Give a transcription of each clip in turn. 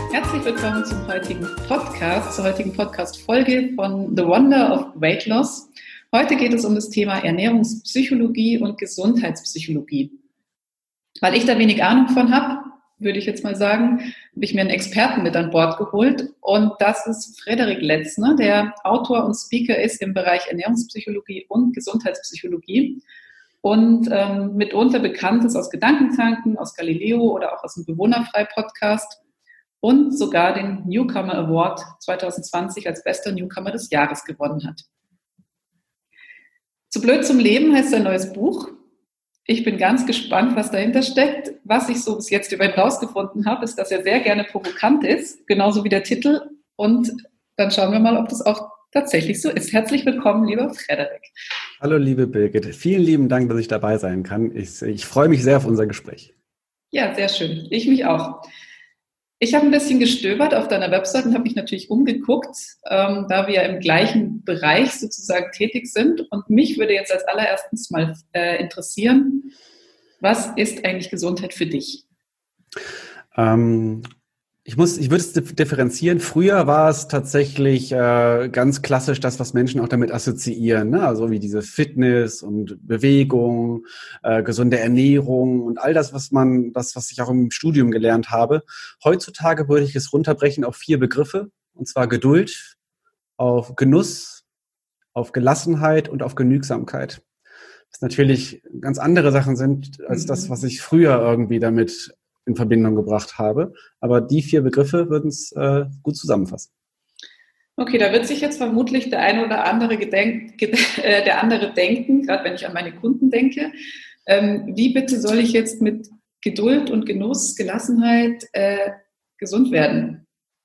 Herzlich willkommen zur heutigen Podcast-Folge von The Wonder of Weight Loss. Heute geht es um das Thema Ernährungspsychologie und Gesundheitspsychologie. Weil ich da wenig Ahnung von habe, würde ich jetzt mal sagen, habe ich mir einen Experten mit an Bord geholt und das ist Frederik Letzner, der Autor und Speaker ist im Bereich Ernährungspsychologie und Gesundheitspsychologie und mitunter bekannt ist aus Gedankentanken, aus Galileo oder auch aus dem Bewohnerfrei-Podcast und sogar den Newcomer Award 2020 als bester Newcomer des Jahres gewonnen hat. Zu blöd zum Leben heißt sein neues Buch. Ich bin ganz gespannt, was dahinter steckt. Was ich so bis jetzt über ihn rausgefunden habe, ist, dass er sehr gerne provokant ist, genauso wie der Titel. Und dann schauen wir mal, ob das auch tatsächlich so ist. Herzlich willkommen, lieber Frederik. Hallo, liebe Birgit. Vielen lieben Dank, dass ich dabei sein kann. Ich freue mich sehr auf unser Gespräch. Ja, sehr schön. Ich mich auch. Ich habe ein bisschen gestöbert auf deiner Website und habe mich natürlich umgeguckt, da wir im gleichen Bereich sozusagen tätig sind. Und mich würde jetzt als allererstes mal interessieren, was ist eigentlich Gesundheit für dich? Ich würde es differenzieren. Früher war es tatsächlich ganz klassisch das, was Menschen auch damit assoziieren, ne? Also wie diese Fitness und Bewegung, gesunde Ernährung und all das, was ich auch im Studium gelernt habe. Heutzutage würde ich es runterbrechen auf 4 Begriffe, und zwar Geduld, auf Genuss, auf Gelassenheit und auf Genügsamkeit. Das natürlich ganz andere Sachen sind als das, was ich früher irgendwie damit in Verbindung gebracht habe. Aber die 4 Begriffe würden es gut zusammenfassen. Okay, da wird sich jetzt vermutlich der eine oder andere denken, gerade wenn ich an meine Kunden denke. Wie bitte soll ich jetzt mit Geduld und Genuss, Gelassenheit gesund werden?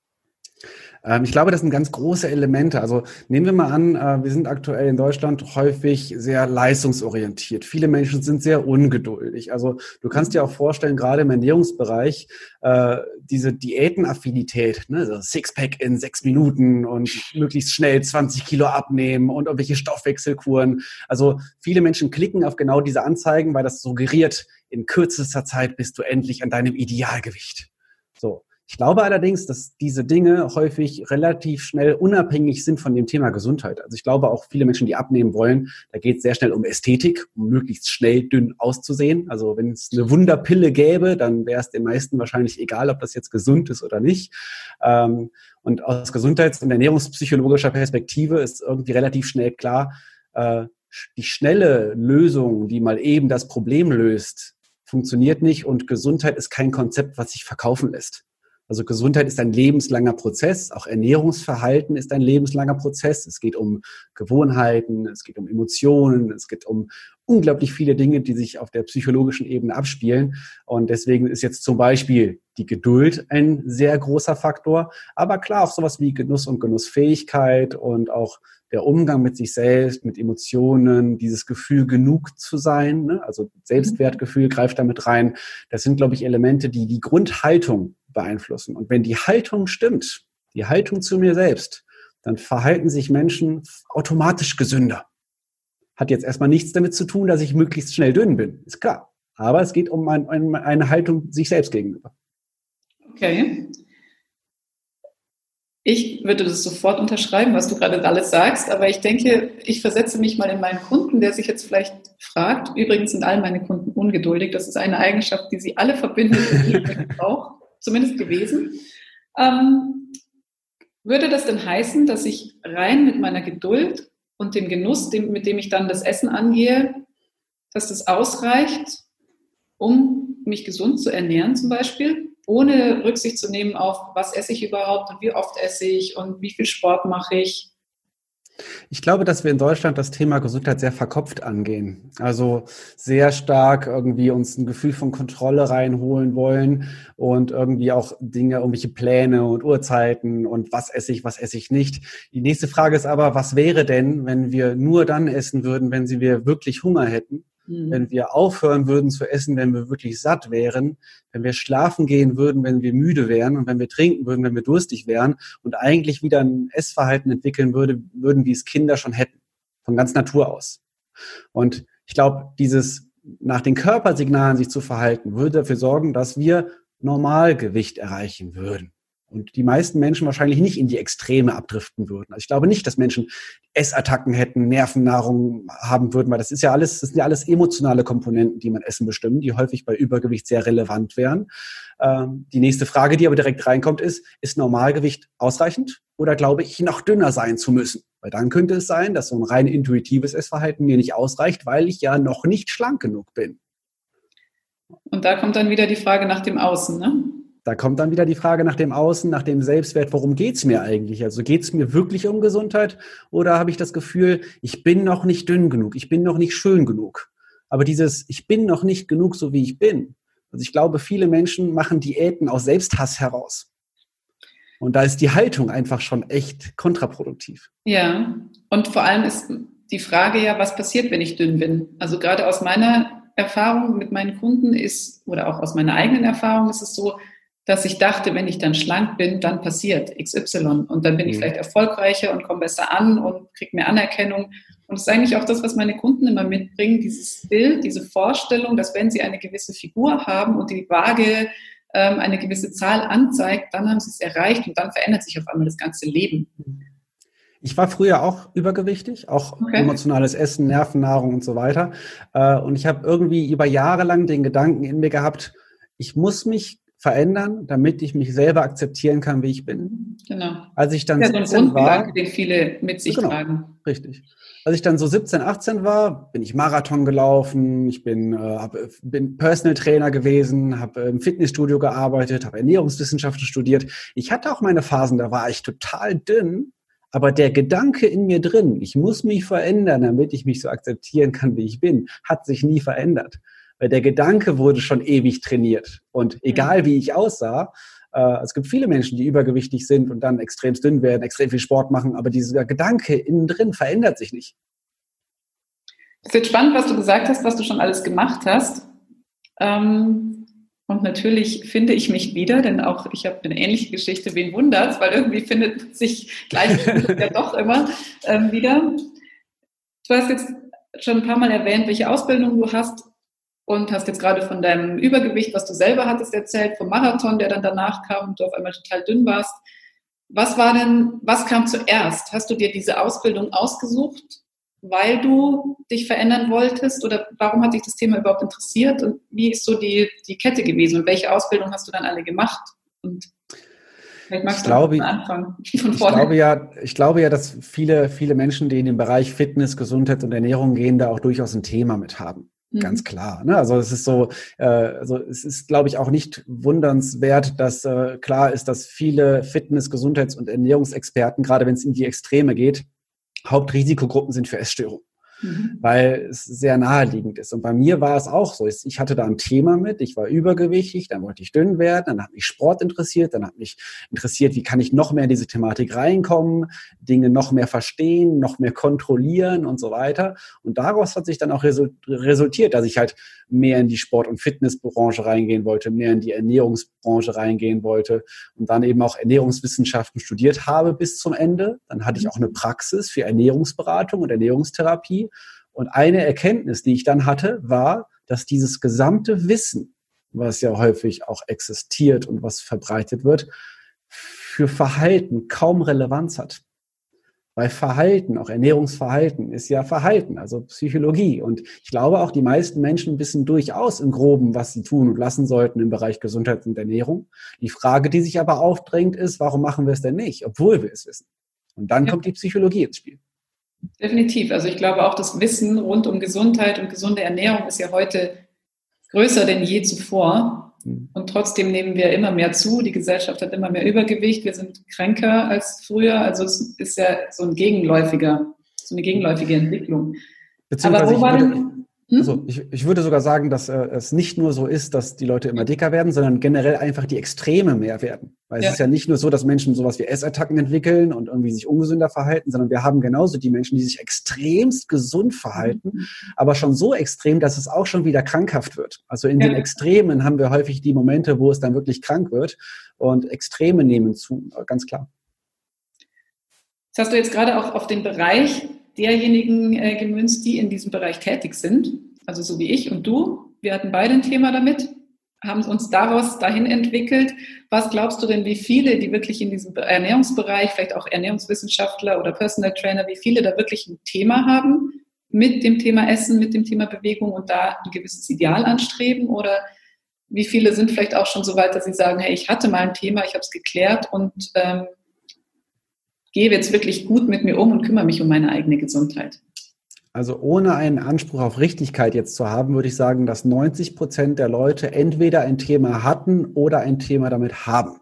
Ich glaube, das sind ganz große Elemente. Also nehmen wir mal an, wir sind aktuell in Deutschland häufig sehr leistungsorientiert. Viele Menschen sind sehr ungeduldig. Also du kannst dir auch vorstellen, gerade im Ernährungsbereich, diese Diätenaffinität, ne, so Sixpack in 6 Minuten und möglichst schnell 20 Kilo abnehmen und irgendwelche Stoffwechselkuren. Also viele Menschen klicken auf genau diese Anzeigen, weil das suggeriert, in kürzester Zeit bist du endlich an deinem Idealgewicht. So. Ich glaube allerdings, dass diese Dinge häufig relativ schnell unabhängig sind von dem Thema Gesundheit. Also ich glaube auch viele Menschen, die abnehmen wollen, da geht es sehr schnell um Ästhetik, um möglichst schnell dünn auszusehen. Also wenn es eine Wunderpille gäbe, dann wäre es den meisten wahrscheinlich egal, ob das jetzt gesund ist oder nicht. Und aus gesundheits- und ernährungspsychologischer Perspektive ist irgendwie relativ schnell klar, die schnelle Lösung, die mal eben das Problem löst, funktioniert nicht und Gesundheit ist kein Konzept, was sich verkaufen lässt. Also Gesundheit ist ein lebenslanger Prozess, auch Ernährungsverhalten ist ein lebenslanger Prozess. Es geht um Gewohnheiten, es geht um Emotionen, es geht um unglaublich viele Dinge, die sich auf der psychologischen Ebene abspielen. Und deswegen ist jetzt zum Beispiel die Geduld ein sehr großer Faktor. Aber klar, auch sowas wie Genuss und Genussfähigkeit und auch der Umgang mit sich selbst, mit Emotionen, dieses Gefühl, genug zu sein, ne? Also Selbstwertgefühl greift damit rein. Das sind, glaube ich, Elemente, die die Grundhaltung beeinflussen. Und wenn die Haltung stimmt, die Haltung zu mir selbst, dann verhalten sich Menschen automatisch gesünder. Hat jetzt erstmal nichts damit zu tun, dass ich möglichst schnell dünn bin, ist klar. Aber es geht um eine Haltung sich selbst gegenüber. Okay. Ich würde das sofort unterschreiben, was du gerade alles sagst, aber ich denke, ich versetze mich mal in meinen Kunden, der sich jetzt vielleicht fragt, übrigens sind all meine Kunden ungeduldig, das ist eine Eigenschaft, die sie alle verbinden, ich auch, zumindest gewesen. Würde das denn heißen, dass ich rein mit meiner Geduld und dem Genuss, mit dem ich dann das Essen angehe, dass das ausreicht, um mich gesund zu ernähren zum Beispiel? Ohne Rücksicht zu nehmen auf, was esse ich überhaupt und wie oft esse ich und wie viel Sport mache ich. Ich glaube, dass wir in Deutschland das Thema Gesundheit sehr verkopft angehen. Also sehr stark irgendwie uns ein Gefühl von Kontrolle reinholen wollen und irgendwie auch Dinge, irgendwelche Pläne und Uhrzeiten und was esse ich nicht. Die nächste Frage ist aber, was wäre denn, wenn wir nur dann essen würden, wenn wir wirklich Hunger hätten? Wenn wir aufhören würden zu essen, wenn wir wirklich satt wären, wenn wir schlafen gehen würden, wenn wir müde wären und wenn wir trinken würden, wenn wir durstig wären und eigentlich wieder ein Essverhalten entwickeln würden, wie es Kinder schon hätten, von ganz Natur aus. Und ich glaube, dieses nach den Körpersignalen sich zu verhalten, würde dafür sorgen, dass wir Normalgewicht erreichen würden. und die meisten Menschen wahrscheinlich nicht in die Extreme abdriften würden. Also ich glaube nicht, dass Menschen Essattacken hätten, Nervennahrung haben würden, weil das sind ja alles emotionale Komponenten, die man Essen bestimmen, die häufig bei Übergewicht sehr relevant wären. Die nächste Frage, die aber direkt reinkommt, ist Normalgewicht ausreichend oder glaube ich, noch dünner sein zu müssen? Weil dann könnte es sein, dass so ein rein intuitives Essverhalten mir nicht ausreicht, weil ich ja noch nicht schlank genug bin. Und da kommt dann wieder die Frage nach dem Außen, ne? Da kommt dann wieder die Frage nach dem Außen, nach dem Selbstwert. Worum geht's mir eigentlich? Also geht's mir wirklich um Gesundheit oder habe ich das Gefühl, ich bin noch nicht dünn genug, ich bin noch nicht schön genug? Aber ich bin noch nicht genug, so wie ich bin. Also ich glaube, viele Menschen machen Diäten aus Selbsthass heraus. Und da ist die Haltung einfach schon echt kontraproduktiv. Ja, und vor allem ist die Frage ja, was passiert, wenn ich dünn bin? Also gerade aus meiner Erfahrung mit meinen Kunden oder auch aus meiner eigenen Erfahrung ist es so, dass ich dachte, wenn ich dann schlank bin, dann passiert XY. Und dann bin ich vielleicht erfolgreicher und komme besser an und kriege mehr Anerkennung. Und das ist eigentlich auch das, was meine Kunden immer mitbringen, dieses Bild, diese Vorstellung, dass wenn sie eine gewisse Figur haben und die Waage eine gewisse Zahl anzeigt, dann haben sie es erreicht und dann verändert sich auf einmal das ganze Leben. Ich war früher auch übergewichtig, auch emotionales Essen, Nervennahrung und so weiter. Und ich habe irgendwie über Jahre lang den Gedanken in mir gehabt, ich muss mich verändern, damit ich mich selber akzeptieren kann, wie ich bin. Genau. Als ich dann so ein Grundgedanke, den viele mit sich tragen. Richtig. Als ich dann so 17, 18 war, bin ich Marathon gelaufen, ich bin Personal Trainer gewesen, habe im Fitnessstudio gearbeitet, habe Ernährungswissenschaften studiert. Ich hatte auch meine Phasen, da war ich total dünn, aber der Gedanke in mir drin, ich muss mich verändern, damit ich mich so akzeptieren kann, wie ich bin, hat sich nie verändert. Weil der Gedanke wurde schon ewig trainiert. Und egal wie ich aussah, es gibt viele Menschen, die übergewichtig sind und dann extrem dünn werden, extrem viel Sport machen, aber dieser Gedanke innen drin verändert sich nicht. Es ist jetzt spannend, was du gesagt hast, was du schon alles gemacht hast. Und natürlich finde ich mich wieder, denn auch ich habe eine ähnliche Geschichte, wen wundert's, weil irgendwie findet sich gleich ja doch immer wieder. Du hast jetzt schon ein paar Mal erwähnt, welche Ausbildung du hast. Und hast jetzt gerade von deinem Übergewicht, was du selber hattest, erzählt, vom Marathon, der dann danach kam und du auf einmal total dünn warst. Was kam zuerst? Hast du dir diese Ausbildung ausgesucht, weil du dich verändern wolltest? Oder warum hat dich das Thema überhaupt interessiert? Und wie ist so die Kette gewesen? Und welche Ausbildung hast du dann alle gemacht? Und vielleicht magst du anfangen von vorne. Ich glaube ja, dass viele Menschen, die in den Bereich Fitness, Gesundheit und Ernährung gehen, da auch durchaus ein Thema mit haben. Ganz klar. Ne? Also es ist so, es ist, glaube ich, auch nicht wundernswert, dass klar ist, dass viele Fitness-, Gesundheits- und Ernährungsexperten, gerade wenn es in die Extreme geht, Hauptrisikogruppen sind für Essstörungen. Weil es sehr naheliegend ist. Und bei mir war es auch so. Ich hatte da ein Thema mit, ich war übergewichtig, dann wollte ich dünn werden, dann hat mich Sport interessiert, dann hat mich interessiert, wie kann ich noch mehr in diese Thematik reinkommen, Dinge noch mehr verstehen, noch mehr kontrollieren und so weiter. Und daraus hat sich dann auch resultiert, dass ich halt mehr in die Sport- und Fitnessbranche reingehen wollte, mehr in die Ernährungsbranche reingehen wollte und dann eben auch Ernährungswissenschaften studiert habe bis zum Ende. Dann hatte ich auch eine Praxis für Ernährungsberatung und Ernährungstherapie. Und eine Erkenntnis, die ich dann hatte, war, dass dieses gesamte Wissen, was ja häufig auch existiert und was verbreitet wird, für Verhalten kaum Relevanz hat. Weil Verhalten, auch Ernährungsverhalten, ist ja Verhalten, also Psychologie. Und ich glaube auch, die meisten Menschen wissen durchaus im Groben, was sie tun und lassen sollten im Bereich Gesundheit und Ernährung. Die Frage, die sich aber aufdrängt, ist, warum machen wir es denn nicht, obwohl wir es wissen? Und dann kommt die Psychologie ins Spiel. Definitiv. Also ich glaube auch, das Wissen rund um Gesundheit und gesunde Ernährung ist ja heute größer denn je zuvor. Und trotzdem nehmen wir immer mehr zu. Die Gesellschaft hat immer mehr Übergewicht. Wir sind kränker als früher. Also es ist ja so eine gegenläufige Entwicklung. Aber wo war denn... Also ich würde sogar sagen, dass es nicht nur so ist, dass die Leute immer dicker werden, sondern generell einfach die Extreme mehr werden. Weil es ist ja nicht nur so, dass Menschen sowas wie Essattacken entwickeln und irgendwie sich ungesünder verhalten, sondern wir haben genauso die Menschen, die sich extremst gesund verhalten, aber schon so extrem, dass es auch schon wieder krankhaft wird. Also in den Extremen haben wir häufig die Momente, wo es dann wirklich krank wird und Extreme nehmen zu, ganz klar. Das hast du jetzt gerade auch auf den Bereich derjenigen gemünzt, die in diesem Bereich tätig sind, also so wie ich und du. Wir hatten beide ein Thema damit, haben uns daraus dahin entwickelt. Was glaubst du denn, wie viele, die wirklich in diesem Ernährungsbereich, vielleicht auch Ernährungswissenschaftler oder Personal Trainer, wie viele da wirklich ein Thema haben mit dem Thema Essen, mit dem Thema Bewegung und da ein gewisses Ideal anstreben? Oder wie viele sind vielleicht auch schon so weit, dass sie sagen, hey, ich hatte mal ein Thema, ich habe es geklärt und gehe jetzt wirklich gut mit mir um und kümmere mich um meine eigene Gesundheit? Also ohne einen Anspruch auf Richtigkeit jetzt zu haben, würde ich sagen, dass 90% der Leute entweder ein Thema hatten oder ein Thema damit haben.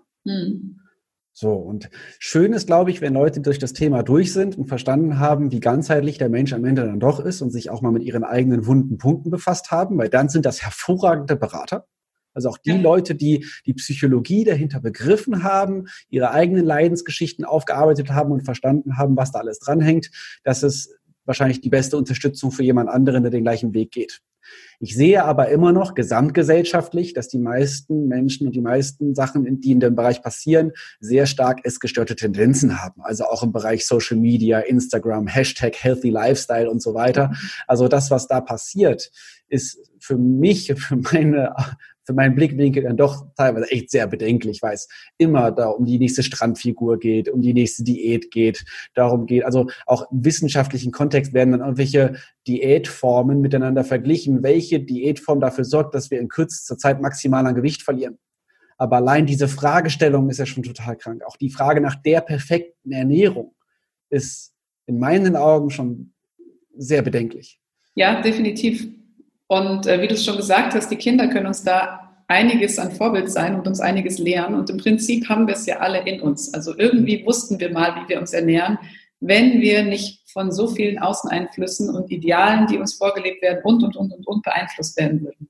So, und schön ist, glaube ich, wenn Leute durch das Thema durch sind und verstanden haben, wie ganzheitlich der Mensch am Ende dann doch ist und sich auch mal mit ihren eigenen wunden Punkten befasst haben, weil dann sind das hervorragende Berater. Also auch die Leute, die die Psychologie dahinter begriffen haben, ihre eigenen Leidensgeschichten aufgearbeitet haben und verstanden haben, was da alles dranhängt, das ist wahrscheinlich die beste Unterstützung für jemand anderen, der den gleichen Weg geht. Ich sehe aber immer noch gesamtgesellschaftlich, dass die meisten Menschen und die meisten Sachen, die in dem Bereich passieren, sehr stark essgestörte Tendenzen haben. Also auch im Bereich Social Media, Instagram, Hashtag Healthy Lifestyle und so weiter. Also das, was da passiert, ist für mich, für meinen Blickwinkel dann doch teilweise echt sehr bedenklich, weil es immer da um die nächste Strandfigur geht, um die nächste Diät geht, darum geht, also auch im wissenschaftlichen Kontext werden dann irgendwelche Diätformen miteinander verglichen, welche Diätform dafür sorgt, dass wir in kürzester Zeit maximal an Gewicht verlieren. Aber allein diese Fragestellung ist ja schon total krank. Auch die Frage nach der perfekten Ernährung ist in meinen Augen schon sehr bedenklich. Ja, definitiv. Und wie du es schon gesagt hast, die Kinder können uns da einiges an Vorbild sein und uns einiges lehren. Und im Prinzip haben wir es ja alle in uns. Also irgendwie wussten wir mal, wie wir uns ernähren, wenn wir nicht von so vielen Außeneinflüssen und Idealen, die uns vorgelebt werden und beeinflusst werden würden.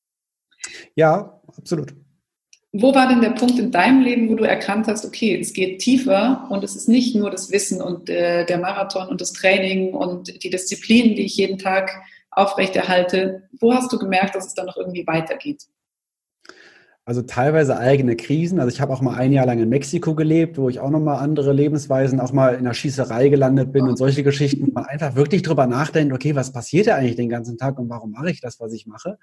Ja, absolut. Wo war denn der Punkt in deinem Leben, wo du erkannt hast, okay, es geht tiefer und es ist nicht nur das Wissen und der Marathon und das Training und die Disziplinen, die ich jeden Tag aufrechterhalte. Wo hast du gemerkt, dass es dann noch irgendwie weitergeht? Also teilweise eigene Krisen. Also ich habe auch mal ein Jahr lang in Mexiko gelebt, wo ich auch nochmal andere Lebensweisen, auch mal in der Schießerei gelandet bin und solche Geschichten. Man einfach wirklich drüber nachdenkt, okay, was passiert da eigentlich den ganzen Tag und warum mache ich das, was ich mache?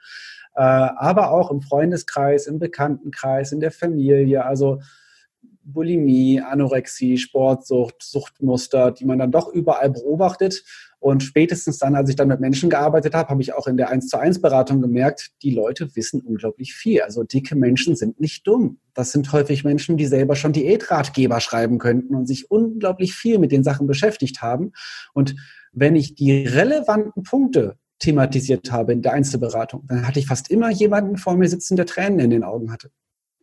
Aber auch im Freundeskreis, im Bekanntenkreis, in der Familie, also Bulimie, Anorexie, Sportsucht, Suchtmuster, die man dann doch überall beobachtet. Und spätestens dann, als ich dann mit Menschen gearbeitet habe, habe ich auch in der 1:1-Beratung gemerkt, die Leute wissen unglaublich viel. Also dicke Menschen sind nicht dumm. Das sind häufig Menschen, die selber schon Diätratgeber schreiben könnten und sich unglaublich viel mit den Sachen beschäftigt haben. Und wenn ich die relevanten Punkte thematisiert habe in der Einzelberatung, dann hatte ich fast immer jemanden vor mir sitzen, der Tränen in den Augen hatte.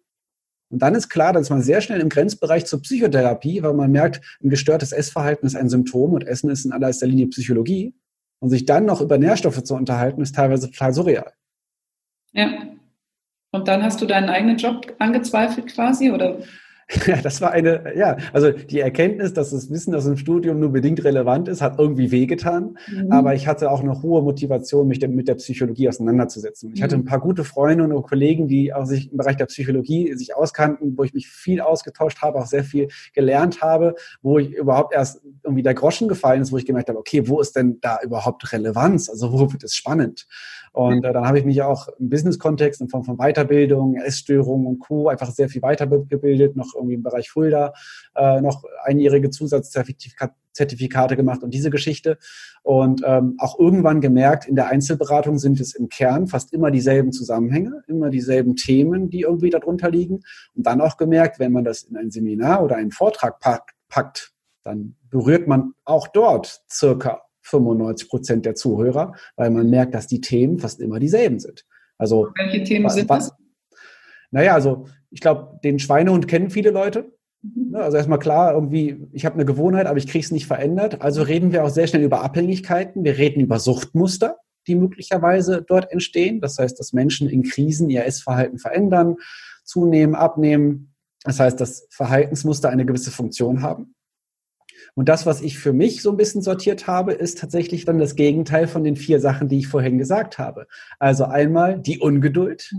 Und dann ist klar, dass man sehr schnell im Grenzbereich zur Psychotherapie, weil man merkt, ein gestörtes Essverhalten ist ein Symptom und Essen ist in allererster Linie Psychologie. Und sich dann noch über Nährstoffe zu unterhalten, ist teilweise total surreal. Ja. Und dann hast du deinen eigenen Job angezweifelt quasi, oder? Ja, das war also die Erkenntnis, dass das Wissen aus dem Studium nur bedingt relevant ist, hat irgendwie wehgetan. Aber ich hatte auch eine hohe Motivation, mich mit der Psychologie auseinanderzusetzen. Ich hatte ein paar gute Freunde und Kollegen, die auch sich im Bereich der Psychologie sich auskannten, wo ich mich viel ausgetauscht habe, auch sehr viel gelernt habe, wo ich überhaupt erst irgendwie der Groschen gefallen ist, wo ich gemerkt habe, okay, wo ist denn da überhaupt Relevanz? Also wo wird es spannend? Und dann habe ich mich auch im Business-Kontext in Form von Weiterbildung, Essstörungen und Co. einfach sehr viel weitergebildet, noch irgendwie im Bereich Fulda, noch einjährige Zusatzzertifikate gemacht und diese Geschichte. Und auch irgendwann gemerkt, in der Einzelberatung sind es im Kern fast immer dieselben Zusammenhänge, immer dieselben Themen, die irgendwie darunter liegen. Und dann auch gemerkt, wenn man das in ein Seminar oder einen Vortrag packt, dann berührt man auch dort circa 95% der Zuhörer, weil man merkt, dass die Themen fast immer dieselben sind. Also, welche Themen sind das? Naja, also ich glaube, den Schweinehund kennen viele Leute. Also erstmal klar, irgendwie, ich habe eine Gewohnheit, aber ich kriege es nicht verändert. Also reden wir auch sehr schnell über Abhängigkeiten. Wir reden über Suchtmuster, die möglicherweise dort entstehen. Das heißt, dass Menschen in Krisen ihr Essverhalten verändern, zunehmen, abnehmen. Das heißt, dass Verhaltensmuster eine gewisse Funktion haben. Und das, was ich für mich so ein bisschen sortiert habe, ist tatsächlich dann das Gegenteil von den 4 Sachen, die ich vorhin gesagt habe. Also einmal die Ungeduld,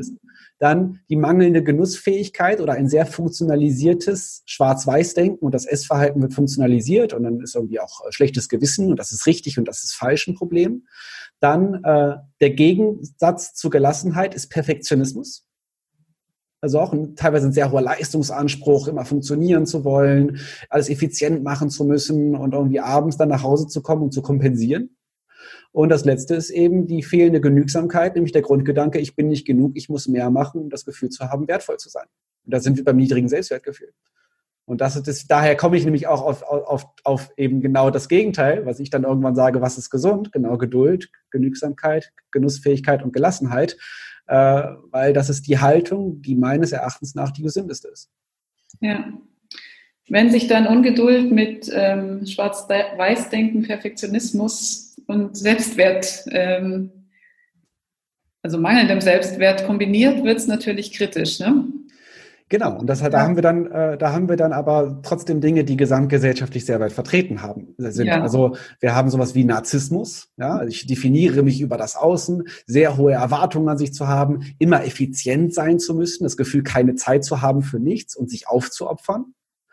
dann die mangelnde Genussfähigkeit oder ein sehr funktionalisiertes Schwarz-Weiß-Denken und das Essverhalten wird funktionalisiert und dann ist irgendwie auch schlechtes Gewissen und das ist richtig und das ist falsch ein Problem. Dann der Gegensatz zur Gelassenheit ist Perfektionismus. Also auch teilweise ein sehr hoher Leistungsanspruch, immer funktionieren zu wollen, alles effizient machen zu müssen und irgendwie abends dann nach Hause zu kommen und zu kompensieren. Und das Letzte ist eben die fehlende Genügsamkeit, nämlich der Grundgedanke, ich bin nicht genug, ich muss mehr machen, um das Gefühl zu haben, wertvoll zu sein. Und da sind wir beim niedrigen Selbstwertgefühl. Und daher komme ich nämlich auch auf eben genau das Gegenteil, was ich dann irgendwann sage, was ist gesund? Genau Geduld, Genügsamkeit, Genussfähigkeit und Gelassenheit, weil das ist die Haltung, die meines Erachtens nach die gesündeste ist. Ja. Wenn sich dann Ungeduld mit Schwarz-Weiß-Denken, Perfektionismus und Selbstwert, also mangelndem Selbstwert kombiniert, wird es natürlich kritisch, ne? Genau, und da haben wir dann aber trotzdem Dinge, die gesamtgesellschaftlich sehr weit vertreten sind. Ja. Also wir haben sowas wie Narzissmus. Ja? Ich definiere mich über das Außen, sehr hohe Erwartungen an sich zu haben, immer effizient sein zu müssen, das Gefühl, keine Zeit zu haben für nichts und sich aufzuopfern.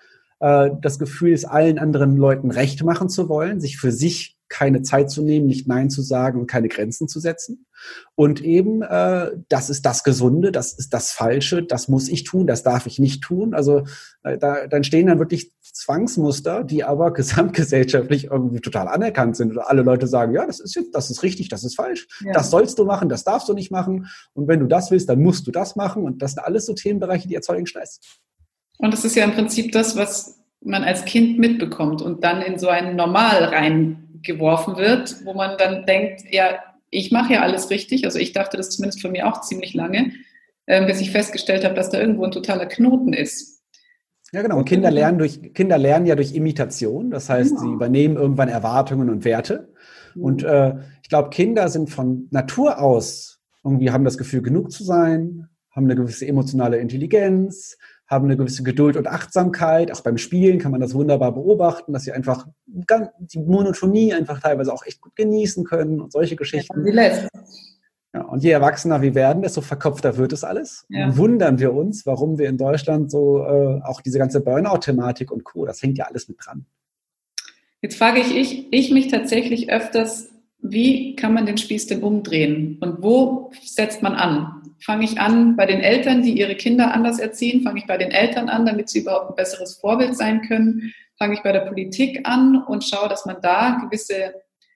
Das Gefühl, es allen anderen Leuten recht machen zu wollen, sich für sich keine Zeit zu nehmen, nicht Nein zu sagen und keine Grenzen zu setzen. Und eben, das ist das Gesunde, das ist das Falsche, das muss ich tun, das darf ich nicht tun. Also da entstehen dann wirklich Zwangsmuster, die aber gesamtgesellschaftlich irgendwie total anerkannt sind. Oder alle Leute sagen, ja, das ist richtig, das ist falsch, ja. Das sollst du machen, das darfst du nicht machen. Und wenn du das willst, dann musst du das machen. Und das sind alles so Themenbereiche, die erzeugen Stress. Und das ist ja im Prinzip das, was man als Kind mitbekommt und dann in so ein Normal reingeworfen wird, wo man dann denkt, ja, ich mache ja alles richtig. Also ich dachte das zumindest von mir auch ziemlich lange, bis ich festgestellt habe, dass da irgendwo ein totaler Knoten ist. Ja, genau. Und Kinder lernen ja durch Imitation. Das heißt, sie übernehmen irgendwann Erwartungen und Werte. Und ich glaube, Kinder sind von Natur aus irgendwie haben das Gefühl, genug zu sein, haben eine gewisse emotionale Intelligenz, haben eine gewisse Geduld und Achtsamkeit. Auch beim Spielen kann man das wunderbar beobachten, dass sie einfach die Monotonie einfach teilweise auch echt gut genießen können und solche Geschichten. Ja, und je erwachsener wir werden, desto verkopfter wird es alles. Ja. Und wundern wir uns, warum wir in Deutschland so auch diese ganze Burnout-Thematik und Co., das hängt ja alles mit dran. Jetzt frage ich mich tatsächlich öfters, wie kann man den Spieß denn umdrehen? Und wo setzt man an? Fange ich an bei den Eltern, die ihre Kinder anders erziehen? Fange ich bei den Eltern an, damit sie überhaupt ein besseres Vorbild sein können? Fange ich bei der Politik an und schaue, dass man da gewisse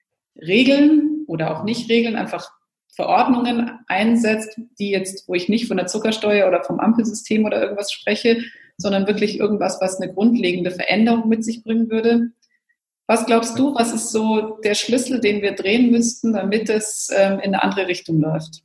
Regeln oder auch nicht Regeln, einfach Verordnungen einsetzt, die jetzt, wo ich nicht von der Zuckersteuer oder vom Ampelsystem oder irgendwas spreche, sondern wirklich irgendwas, was eine grundlegende Veränderung mit sich bringen würde. Was glaubst du, was ist so der Schlüssel, den wir drehen müssten, damit es in eine andere Richtung läuft?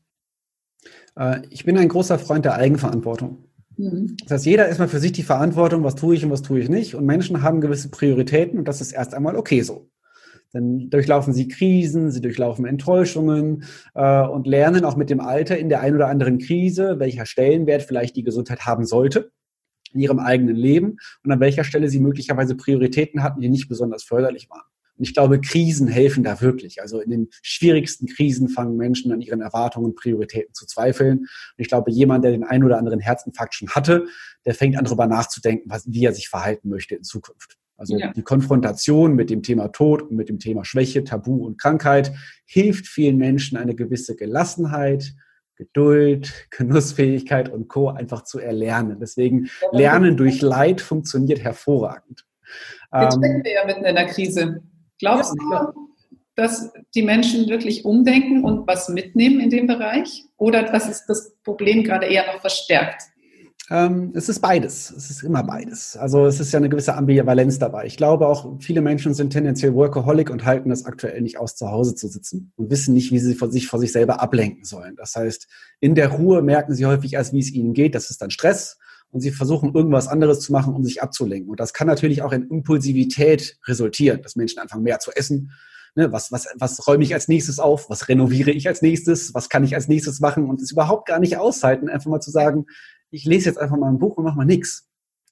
Ich bin ein großer Freund der Eigenverantwortung. Das heißt, jeder ist mal für sich die Verantwortung, was tue ich und was tue ich nicht. Und Menschen haben gewisse Prioritäten und das ist erst einmal okay so. Dann durchlaufen sie Krisen, sie durchlaufen Enttäuschungen und lernen auch mit dem Alter in der einen oder anderen Krise, welcher Stellenwert vielleicht die Gesundheit haben sollte in ihrem eigenen Leben und an welcher Stelle sie möglicherweise Prioritäten hatten, die nicht besonders förderlich waren. Und ich glaube, Krisen helfen da wirklich. Also in den schwierigsten Krisen fangen Menschen an ihren Erwartungen und Prioritäten zu zweifeln. Und ich glaube, jemand, der den einen oder anderen Herzinfarkt schon hatte, der fängt an, darüber nachzudenken, wie er sich verhalten möchte in Zukunft. Also die Konfrontation mit dem Thema Tod und mit dem Thema Schwäche, Tabu und Krankheit hilft vielen Menschen, eine gewisse Gelassenheit, Geduld, Genussfähigkeit und Co. einfach zu erlernen. Deswegen Lernen durch Leid funktioniert hervorragend. Jetzt stecken wir ja mitten in der Krise. Glaubst du, dass die Menschen wirklich umdenken und was mitnehmen in dem Bereich? Oder dass es das Problem gerade eher noch verstärkt? Es ist beides. Es ist immer beides. Also es ist ja eine gewisse Ambivalenz dabei. Ich glaube auch, viele Menschen sind tendenziell Workaholic und halten es aktuell nicht aus, zu Hause zu sitzen und wissen nicht, wie sie vor sich selber ablenken sollen. Das heißt, in der Ruhe merken sie häufig erst, wie es ihnen geht. Das ist dann Stress. Und sie versuchen, irgendwas anderes zu machen, um sich abzulenken. Und das kann natürlich auch in Impulsivität resultieren, dass Menschen anfangen, mehr zu essen. Ne, was räume ich als nächstes auf? Was renoviere ich als nächstes? Was kann ich als nächstes machen? Und es überhaupt gar nicht aushalten, einfach mal zu sagen, ich lese jetzt einfach mal ein Buch und mache mal nichts.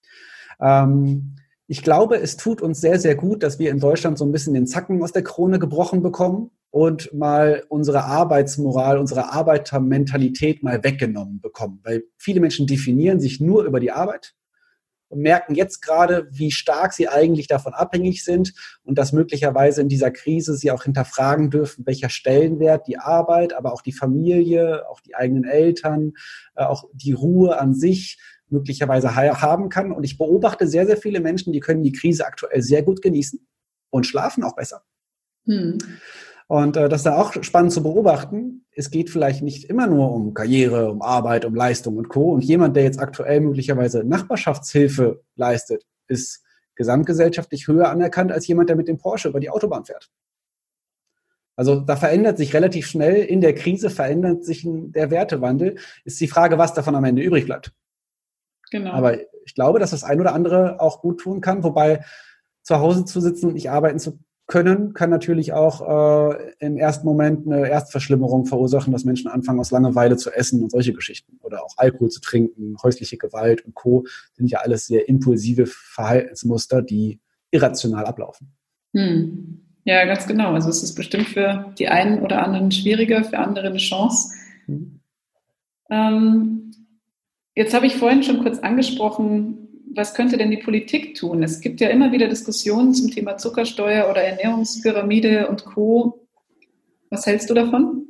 Ich glaube, es tut uns sehr, sehr gut, dass wir in Deutschland so ein bisschen den Zacken aus der Krone gebrochen bekommen und mal unsere Arbeitsmoral, unsere Arbeitermentalität mal weggenommen bekommen. Weil viele Menschen definieren sich nur über die Arbeit und merken jetzt gerade, wie stark sie eigentlich davon abhängig sind und dass möglicherweise in dieser Krise sie auch hinterfragen dürfen, welcher Stellenwert die Arbeit, aber auch die Familie, auch die eigenen Eltern, auch die Ruhe an sich möglicherweise haben kann. Und ich beobachte sehr, sehr viele Menschen, die können die Krise aktuell sehr gut genießen und schlafen auch besser. Und das ist dann auch spannend zu beobachten. Es geht vielleicht nicht immer nur um Karriere, um Arbeit, um Leistung und Co. Und jemand, der jetzt aktuell möglicherweise Nachbarschaftshilfe leistet, ist gesamtgesellschaftlich höher anerkannt als jemand, der mit dem Porsche über die Autobahn fährt. Also da verändert sich relativ schnell, in der Krise verändert sich der Wertewandel. Ist die Frage, was davon am Ende übrig bleibt. Genau. Aber ich glaube, dass das ein oder andere auch gut tun kann, wobei zu Hause zu sitzen und nicht arbeiten zu können, kann natürlich auch im ersten Moment eine Erstverschlimmerung verursachen, dass Menschen anfangen, aus Langeweile zu essen und solche Geschichten. Oder auch Alkohol zu trinken, häusliche Gewalt und Co. sind ja alles sehr impulsive Verhaltensmuster, die irrational ablaufen. Ja, ganz genau. Also es ist bestimmt für die einen oder anderen schwieriger, für andere eine Chance. Jetzt habe ich vorhin schon kurz angesprochen, was könnte denn die Politik tun? Es gibt ja immer wieder Diskussionen zum Thema Zuckersteuer oder Ernährungspyramide und Co. Was hältst du davon?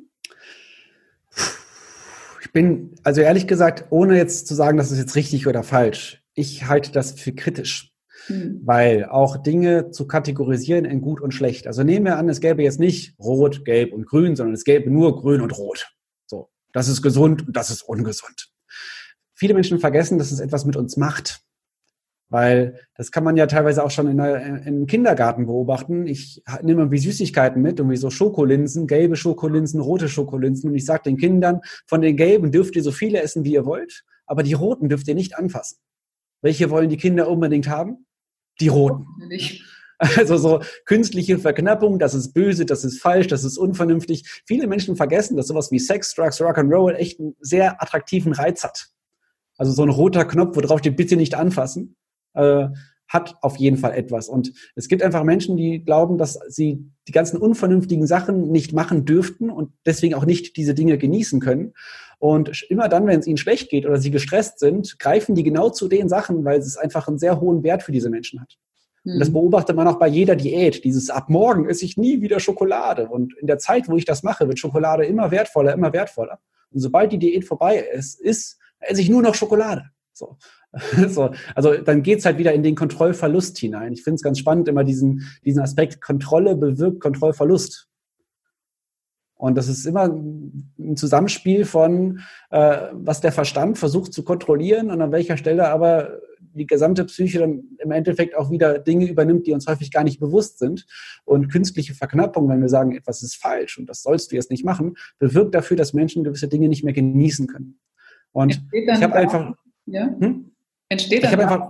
Ich bin, also ehrlich gesagt, ohne jetzt zu sagen, das ist jetzt richtig oder falsch, ich halte das für kritisch. Weil auch Dinge zu kategorisieren in gut und schlecht. Also nehmen wir an, es gäbe jetzt nicht Rot, Gelb und Grün, sondern es gäbe nur Grün und Rot. So, das ist gesund und das ist ungesund. Viele Menschen vergessen, dass es etwas mit uns macht. Weil das kann man ja teilweise auch schon im Kindergarten beobachten. Ich nehme irgendwie Süßigkeiten mit, irgendwie so Schokolinsen, gelbe Schokolinsen, rote Schokolinsen. Und ich sage den Kindern, von den gelben dürft ihr so viele essen, wie ihr wollt, aber die roten dürft ihr nicht anfassen. Welche wollen die Kinder unbedingt haben? Die roten. Also so künstliche Verknappung, das ist böse, das ist falsch, das ist unvernünftig. Viele Menschen vergessen, dass sowas wie Sex, Drugs, Rock'n'Roll echt einen sehr attraktiven Reiz hat. Also so ein roter Knopf, wo drauf steht, bitte nicht anfassen. Hat auf jeden Fall etwas. Und es gibt einfach Menschen, die glauben, dass sie die ganzen unvernünftigen Sachen nicht machen dürften und deswegen auch nicht diese Dinge genießen können. Und immer dann, wenn es ihnen schlecht geht oder sie gestresst sind, greifen die genau zu den Sachen, weil es einfach einen sehr hohen Wert für diese Menschen hat. Und das beobachtet man auch bei jeder Diät. Dieses ab morgen esse ich nie wieder Schokolade. Und in der Zeit, wo ich das mache, wird Schokolade immer wertvoller, immer wertvoller. Und sobald die Diät vorbei ist, esse ich nur noch Schokolade. So. Also dann geht's halt wieder in den Kontrollverlust hinein. Ich finde es ganz spannend, immer diesen Aspekt, Kontrolle bewirkt Kontrollverlust. Und das ist immer ein Zusammenspiel von, was der Verstand versucht zu kontrollieren und an welcher Stelle aber die gesamte Psyche dann im Endeffekt auch wieder Dinge übernimmt, die uns häufig gar nicht bewusst sind. Und künstliche Verknappung, wenn wir sagen, etwas ist falsch und das sollst du jetzt nicht machen, bewirkt dafür, dass Menschen gewisse Dinge nicht mehr genießen können. Und ich habe einfach... Ja? Ich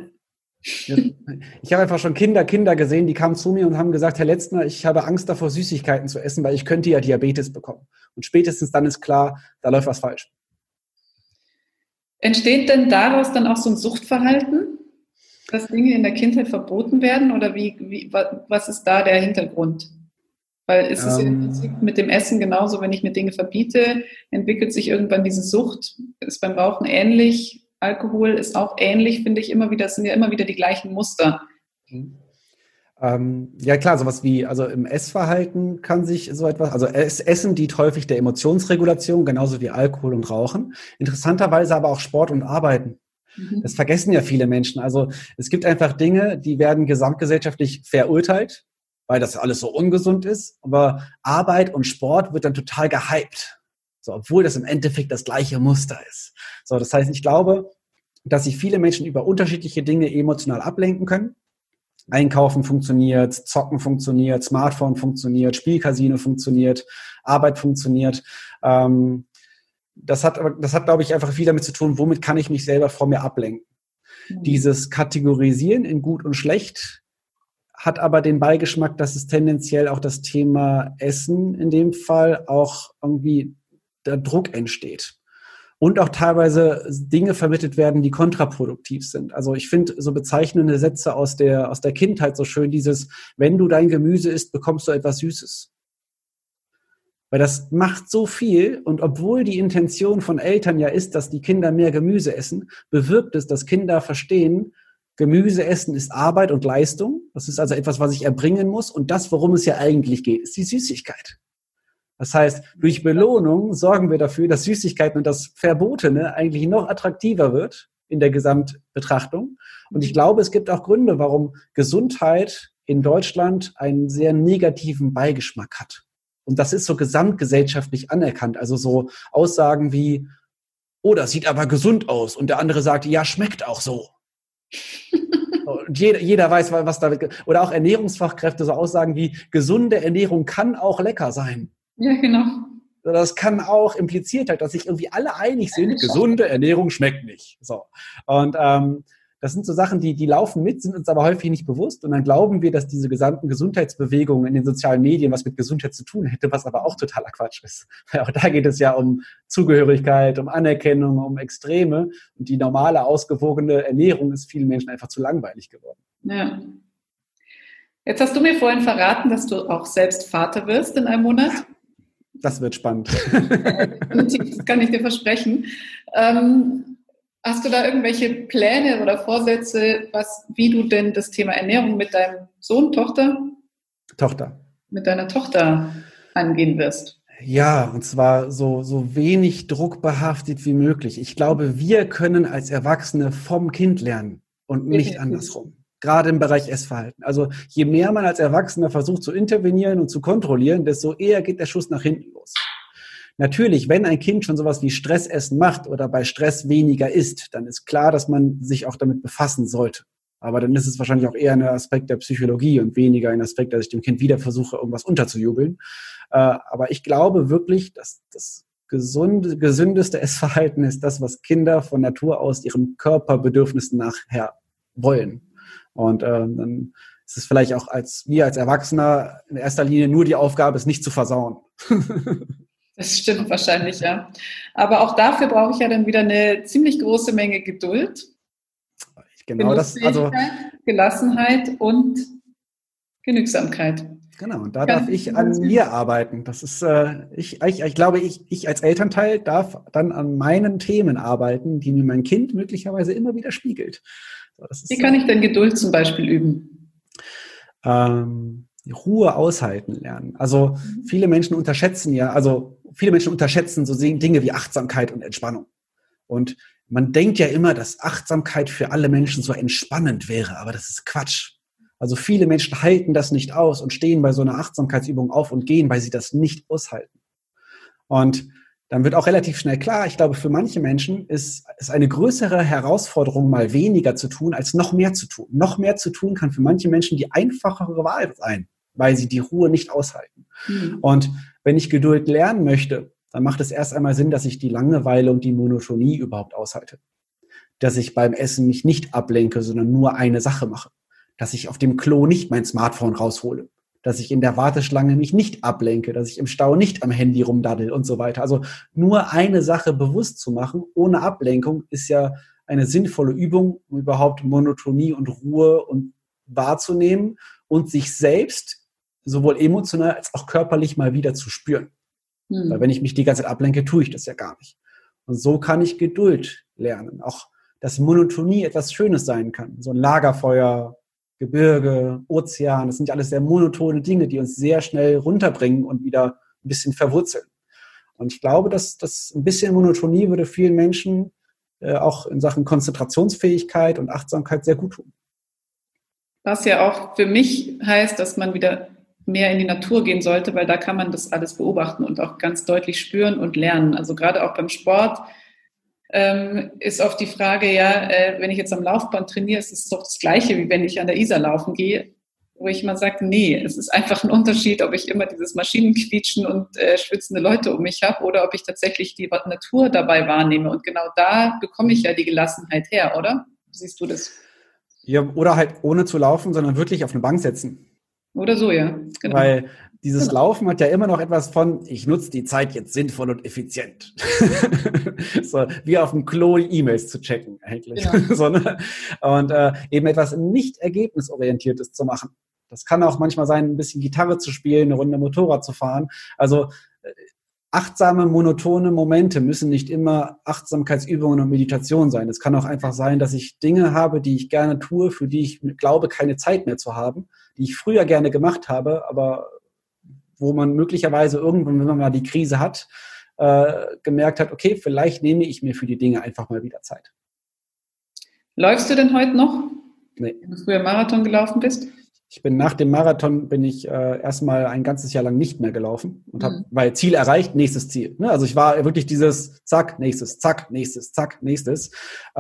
habe einfach schon Kinder gesehen, die kamen zu mir und haben gesagt, Herr Letzner, ich habe Angst davor, Süßigkeiten zu essen, weil ich könnte ja Diabetes bekommen. Und spätestens dann ist klar, da läuft was falsch. Entsteht denn daraus dann auch so ein Suchtverhalten, dass Dinge in der Kindheit verboten werden? Oder was ist da der Hintergrund? Weil es ist im Prinzip mit dem Essen genauso, wenn ich mir Dinge verbiete, entwickelt sich irgendwann diese Sucht. Ist beim Rauchen ähnlich. Alkohol ist auch ähnlich, finde ich immer wieder, es sind ja immer wieder die gleichen Muster. Ja klar, sowas wie, also im Essverhalten kann sich so etwas, also Essen dient häufig der Emotionsregulation, genauso wie Alkohol und Rauchen. Interessanterweise aber auch Sport und Arbeiten. Das vergessen ja viele Menschen. Also es gibt einfach Dinge, die werden gesamtgesellschaftlich verurteilt, weil das alles so ungesund ist. Aber Arbeit und Sport wird dann total gehypt. So, obwohl das im Endeffekt das gleiche Muster ist. So, das heißt, ich glaube, dass sich viele Menschen über unterschiedliche Dinge emotional ablenken können. Einkaufen funktioniert, Zocken funktioniert, Smartphone funktioniert, Spielcasino funktioniert, Arbeit funktioniert. Das hat, glaube ich, einfach viel damit zu tun, womit kann ich mich selber vor mir ablenken. Dieses Kategorisieren in gut und schlecht hat aber den Beigeschmack, dass es tendenziell auch das Thema Essen in dem Fall auch irgendwie der Druck entsteht. Und auch teilweise Dinge vermittelt werden, die kontraproduktiv sind. Also ich finde so bezeichnende Sätze aus der Kindheit so schön, dieses, wenn du dein Gemüse isst, bekommst du etwas Süßes. Weil das macht so viel und obwohl die Intention von Eltern ja ist, dass die Kinder mehr Gemüse essen, bewirkt es, dass Kinder verstehen, Gemüse essen ist Arbeit und Leistung. Das ist also etwas, was ich erbringen muss. Und das, worum es ja eigentlich geht, ist die Süßigkeit. Das heißt, durch Belohnung sorgen wir dafür, dass Süßigkeiten und das Verbotene eigentlich noch attraktiver wird in der Gesamtbetrachtung. Und ich glaube, es gibt auch Gründe, warum Gesundheit in Deutschland einen sehr negativen Beigeschmack hat. Und das ist so gesamtgesellschaftlich anerkannt. Also so Aussagen wie, oh, das sieht aber gesund aus. Und der andere sagt, ja, schmeckt auch so. Und jeder weiß, was da, oder auch Ernährungsfachkräfte so Aussagen wie, gesunde Ernährung kann auch lecker sein. Ja, genau. Das kann auch impliziert halt, dass sich irgendwie alle einig sind, gesunde Ernährung schmeckt nicht. So. Und das sind so Sachen, die laufen mit, sind uns aber häufig nicht bewusst. Und dann glauben wir, dass diese gesamten Gesundheitsbewegungen in den sozialen Medien was mit Gesundheit zu tun hätte, was aber auch totaler Quatsch ist. Weil auch da geht es ja um Zugehörigkeit, um Anerkennung, um Extreme. Und die normale, ausgewogene Ernährung ist vielen Menschen einfach zu langweilig geworden. Ja. Jetzt hast du mir vorhin verraten, dass du auch selbst Vater wirst in einem Monat. Das wird spannend. Das kann ich dir versprechen. Hast du da irgendwelche Pläne oder Vorsätze, wie du denn das Thema Ernährung mit deinem Sohn, Tochter? Mit deiner Tochter angehen wirst? Ja, und zwar so wenig druckbehaftet wie möglich. Ich glaube, wir können als Erwachsene vom Kind lernen und nicht andersrum. Gerade im Bereich Essverhalten. Also je mehr man als Erwachsener versucht zu intervenieren und zu kontrollieren, desto eher geht der Schuss nach hinten los. Natürlich, wenn ein Kind schon sowas wie Stressessen macht oder bei Stress weniger isst, dann ist klar, dass man sich auch damit befassen sollte. Aber dann ist es wahrscheinlich auch eher ein Aspekt der Psychologie und weniger ein Aspekt, dass ich dem Kind wieder versuche, irgendwas unterzujubeln. Aber ich glaube wirklich, dass das gesündeste Essverhalten ist das, was Kinder von Natur aus ihren Körperbedürfnissen nachher wollen. Und dann ist es vielleicht auch wir als Erwachsener in erster Linie nur die Aufgabe, es nicht zu versauen. Das stimmt wahrscheinlich, ja. Aber auch dafür brauche ich ja dann wieder eine ziemlich große Menge Geduld. Genau das, also Gelassenheit und Genügsamkeit. Genau, und da darf ich an mir arbeiten. Das ist, ich glaube, ich als Elternteil darf dann an meinen Themen arbeiten, die mir mein Kind möglicherweise immer wieder spiegelt. So, wie kann ich denn Geduld zum Beispiel üben? Ruhe aushalten lernen. Also viele Menschen unterschätzen so Dinge wie Achtsamkeit und Entspannung. Und man denkt ja immer, dass Achtsamkeit für alle Menschen so entspannend wäre, aber das ist Quatsch. Also viele Menschen halten das nicht aus und stehen bei so einer Achtsamkeitsübung auf und gehen, weil sie das nicht aushalten. Und dann wird auch relativ schnell klar, ich glaube, für manche Menschen ist es eine größere Herausforderung, mal weniger zu tun, als noch mehr zu tun. Noch mehr zu tun kann für manche Menschen die einfachere Wahl sein, weil sie die Ruhe nicht aushalten. Und wenn ich Geduld lernen möchte, dann macht es erst einmal Sinn, dass ich die Langeweile und die Monotonie überhaupt aushalte. Dass ich beim Essen mich nicht ablenke, sondern nur eine Sache mache. Dass ich auf dem Klo nicht mein Smartphone raushole. Dass ich in der Warteschlange mich nicht ablenke, dass ich im Stau nicht am Handy rumdaddel und so weiter. Also nur eine Sache bewusst zu machen, ohne Ablenkung, ist ja eine sinnvolle Übung, um überhaupt Monotonie und Ruhe und wahrzunehmen und sich selbst sowohl emotional als auch körperlich mal wieder zu spüren. Weil wenn ich mich die ganze Zeit ablenke, tue ich das ja gar nicht. Und so kann ich Geduld lernen. Auch, dass Monotonie etwas Schönes sein kann. So ein Lagerfeuer, Gebirge, Ozean, das sind ja alles sehr monotone Dinge, die uns sehr schnell runterbringen und wieder ein bisschen verwurzeln. Und ich glaube, dass das ein bisschen Monotonie würde vielen Menschen auch in Sachen Konzentrationsfähigkeit und Achtsamkeit sehr gut tun. Was ja auch für mich heißt, dass man wieder mehr in die Natur gehen sollte, weil da kann man das alles beobachten und auch ganz deutlich spüren und lernen. Also gerade auch beim Sport ist oft die Frage, wenn ich jetzt am Laufband trainiere, ist es doch das Gleiche, wie wenn ich an der Isar laufen gehe, wo ich mal sage, nee, es ist einfach ein Unterschied, ob ich immer dieses Maschinenquietschen und schwitzende Leute um mich habe oder ob ich tatsächlich die Natur dabei wahrnehme. Und genau da bekomme ich ja die Gelassenheit her, oder? Wie siehst du das? Ja, oder halt ohne zu laufen, sondern wirklich auf eine Bank setzen. Oder so, ja. Genau. Weil dieses Laufen hat ja immer noch etwas von, ich nutze die Zeit jetzt sinnvoll und effizient. So, wie auf dem Klo E-Mails zu checken eigentlich. Genau. So, ne? Und eben etwas nicht ergebnisorientiertes zu machen. Das kann auch manchmal sein, ein bisschen Gitarre zu spielen, eine Runde Motorrad zu fahren. Also achtsame, monotone Momente müssen nicht immer Achtsamkeitsübungen und Meditation sein. Es kann auch einfach sein, dass ich Dinge habe, die ich gerne tue, für die ich glaube, keine Zeit mehr zu haben, die ich früher gerne gemacht habe, aber wo man möglicherweise irgendwann, wenn man mal die Krise hat, gemerkt hat, okay, vielleicht nehme ich mir für die Dinge einfach mal wieder Zeit. Läufst du denn heute noch? Nee. Wenn du früher Marathon gelaufen bist? Ich bin nach dem Marathon erstmal ein ganzes Jahr lang nicht mehr gelaufen und habe, weil Ziel erreicht, nächstes Ziel. Ne? Also ich war wirklich dieses Zack, nächstes, Zack, nächstes, Zack, nächstes.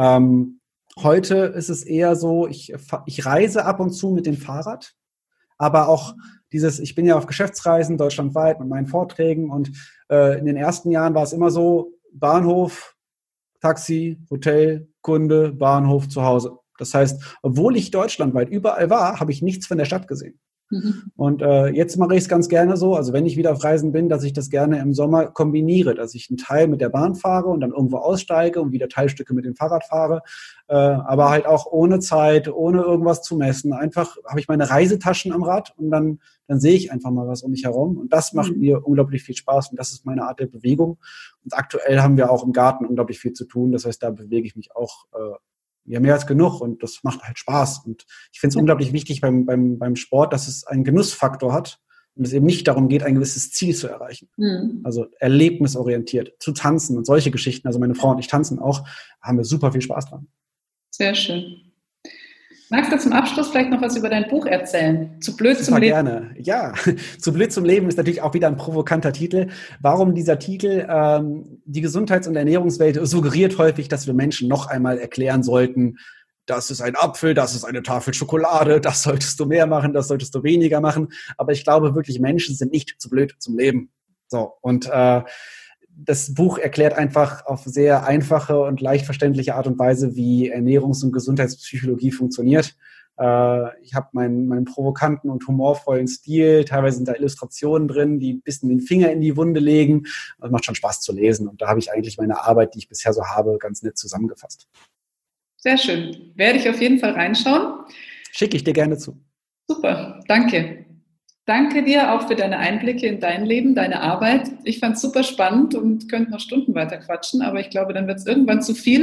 Heute ist es eher so, ich reise ab und zu mit dem Fahrrad, aber auch ich bin ja auf Geschäftsreisen deutschlandweit mit meinen Vorträgen und in den ersten Jahren war es immer so, Bahnhof, Taxi, Hotel, Kunde, Bahnhof, zu Hause. Das heißt, obwohl ich deutschlandweit überall war, habe ich nichts von der Stadt gesehen. Und jetzt mache ich es ganz gerne so, also wenn ich wieder auf Reisen bin, dass ich das gerne im Sommer kombiniere, dass ich einen Teil mit der Bahn fahre und dann irgendwo aussteige und wieder Teilstücke mit dem Fahrrad fahre, aber halt auch ohne Zeit, ohne irgendwas zu messen. Einfach habe ich meine Reisetaschen am Rad und dann sehe ich einfach mal was um mich herum und das macht mir unglaublich viel Spaß und das ist meine Art der Bewegung. Und aktuell haben wir auch im Garten unglaublich viel zu tun, das heißt, da bewege ich mich auch ja, mehr als genug und das macht halt Spaß. Und ich finde es unglaublich wichtig beim Sport, dass es einen Genussfaktor hat und es eben nicht darum geht, ein gewisses Ziel zu erreichen. Also erlebnisorientiert, zu tanzen und solche Geschichten. Also meine Frau und ich tanzen auch, haben wir super viel Spaß dran. Sehr schön. Magst du zum Abschluss vielleicht noch was über dein Buch erzählen? Zu blöd zum Leben? Gerne. Ja, zu blöd zum Leben ist natürlich auch wieder ein provokanter Titel. Warum dieser Titel? Die Gesundheits- und Ernährungswelt suggeriert häufig, dass wir Menschen noch einmal erklären sollten, das ist ein Apfel, das ist eine Tafel Schokolade, das solltest du mehr machen, das solltest du weniger machen. Aber ich glaube wirklich, Menschen sind nicht zu blöd zum Leben. So, und das Buch erklärt einfach auf sehr einfache und leicht verständliche Art und Weise, wie Ernährungs- und Gesundheitspsychologie funktioniert. Ich habe meinen provokanten und humorvollen Stil. Teilweise sind da Illustrationen drin, die ein bisschen den Finger in die Wunde legen. Das macht schon Spaß zu lesen. Und da habe ich eigentlich meine Arbeit, die ich bisher so habe, ganz nett zusammengefasst. Sehr schön. Werde ich auf jeden Fall reinschauen. Schicke ich dir gerne zu. Super, danke. Danke dir auch für deine Einblicke in dein Leben, deine Arbeit. Ich fand es super spannend und könnte noch Stunden weiter quatschen, aber ich glaube, dann wird es irgendwann zu viel.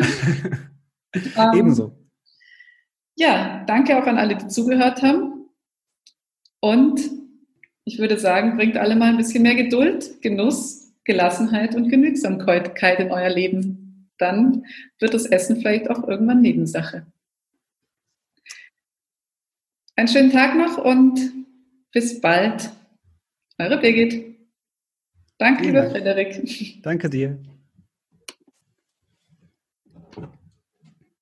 Ebenso. Ja, danke auch an alle, die zugehört haben. Und ich würde sagen, bringt alle mal ein bisschen mehr Geduld, Genuss, Gelassenheit und Genügsamkeit in euer Leben. Dann wird das Essen vielleicht auch irgendwann Nebensache. Einen schönen Tag noch und bis bald. Eure Birgit. Danke, lieber Frederik. Danke dir.